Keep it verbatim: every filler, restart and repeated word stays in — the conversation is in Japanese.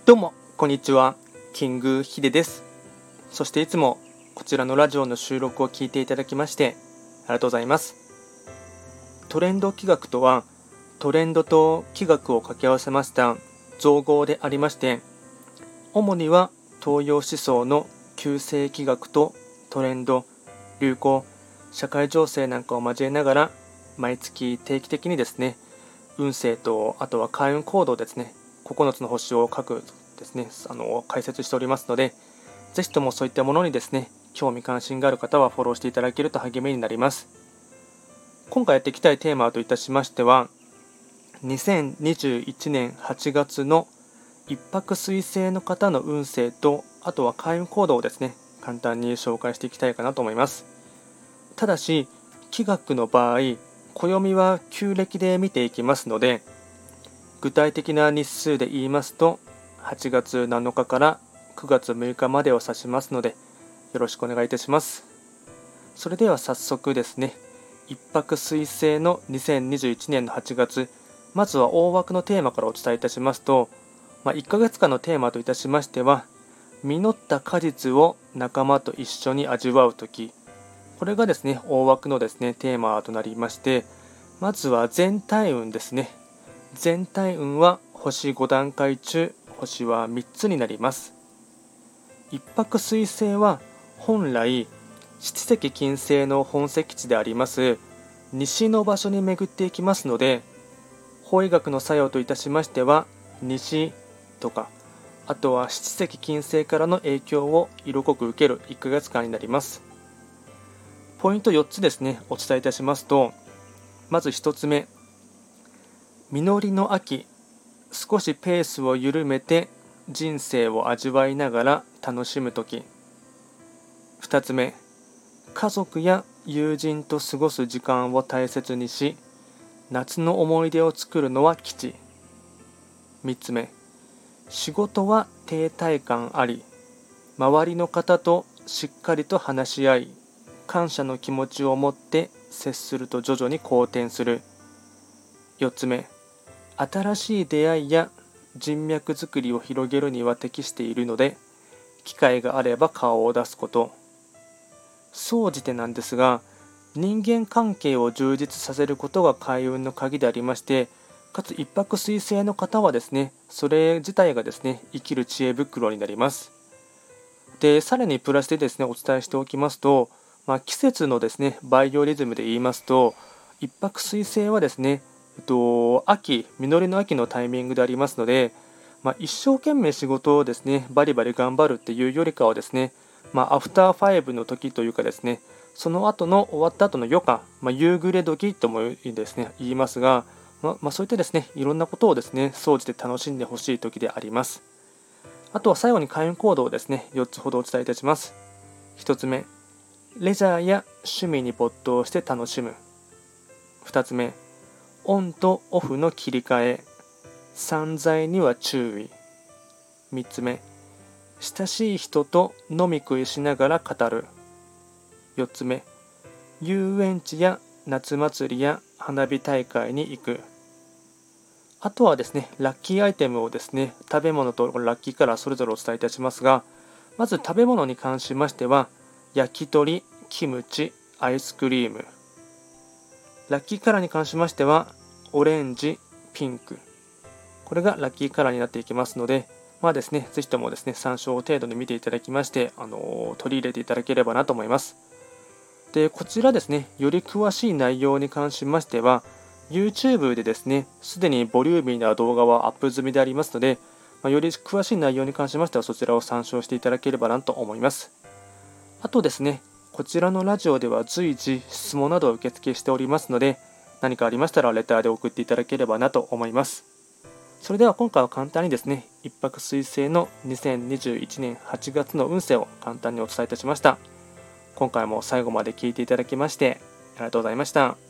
どうもこんにちは、キングヒデです。そしていつもこちらのラジオの収録を聞いていただきましてありがとうございます。トレンド企画とは、トレンドと企画を掛け合わせました造語でありまして、主には東洋思想の旧世企画とトレンド、流行、社会情勢なんかを交えながら、毎月定期的にですね、運勢とあとは開運行動ですね、ここのつの星を書くですね、あの解説しておりますので、ぜひともそういったものにですね、興味関心がある方はフォローしていただけると励みになります。今回やっていきたいテーマといたしましては、にせんにじゅういちねんはちがつの一泊水星の方の運勢と、あとは開運行動をですね、簡単に紹介していきたいかなと思います。ただし、気学の場合、暦は旧暦で見ていきますので、具体的な日数で言いますと、はちがつなのかからくがつむいかまでを指しますので、よろしくお願いいたします。それでは早速ですね、一泊水星のにせんにじゅういちねんのはちがつ、まずは大枠のテーマからお伝えいたしますと、まあ、いっかげつかんのテーマといたしましては、実った果実を仲間と一緒に味わうとき、これがですね、大枠のですね、テーマとなりまして、まずは全体運ですね。全体運は星ごだんかい中、星はみっつになります。一泊水星は本来、七石金星の本石地であります西の場所に巡っていきますので、法医学の作用といたしましては、西とか、あとは七石金星からの影響を色濃く受けるいっかげつかんになります。ポイントよっつですね、お伝えいたしますと、まずひとつめ、実りの秋、少しペースを緩めて人生を味わいながら楽しむとき。ふたつめ、家族や友人と過ごす時間を大切にし、夏の思い出を作るのは吉。みっつめ、仕事は停滞感あり、周りの方としっかりと話し合い、感謝の気持ちを持って接すると徐々に好転する。よっつめ、新しい出会いや人脈作りを広げるには適しているので、機会があれば顔を出すこと。総じてなんですが、人間関係を充実させることが開運の鍵でありまして、かつ一泊水星の方はですね、それ自体がですね、生きる知恵袋になります。で、さらにプラスでですね、お伝えしておきますと、まあ、季節のですね、バイオリズムで言いますと、一泊水星はですね、えっと、秋、実りの秋のタイミングでありますので、まあ、一生懸命仕事をですね、バリバリ頑張るっていうよりかはですね、まあ、アフターファイブの時というかですね、その後の終わった後の余暇、まあ、夕暮れ時ともですね、言いますが、まあ、まあ、そういったですね、いろんなことをですね、総じて楽しんでほしい時であります。あとは最後に開運行動をですね、よっつほどお伝えいたします。ひとつめ、レジャーや趣味に没頭して楽しむ。ふたつめ、オンとオフの切り替え、散財には注意。みっつめ、親しい人と飲み食いしながら語る。よっつめ、遊園地や夏祭りや花火大会に行く。あとはですね、ラッキーアイテムをですね、食べ物とラッキーカラーそれぞれお伝えいたしますが、まず食べ物に関しましては、焼き鳥、キムチ、アイスクリーム。ラッキーカラーに関しましては、オレンジ、ピンク。これがラッキーカラーになっていきますので、まあですね、ぜひともですね、参照程度に見ていただきまして、あのー、取り入れていただければなと思います。で、こちらですね、より詳しい内容に関しましては、YouTube でですね、すでにボリューミーな動画はアップ済みでありますので、まあ、より詳しい内容に関しましては、そちらを参照していただければなと思います。あとですね、こちらのラジオでは随時質問などを受付しておりますので、何かありましたらレターで送っていただければなと思います。それでは今回は簡単にですね、一泊水星のにせんにじゅういちねんはちがつの運勢を簡単にお伝えいたしました。今回も最後まで聞いていただきましてありがとうございました。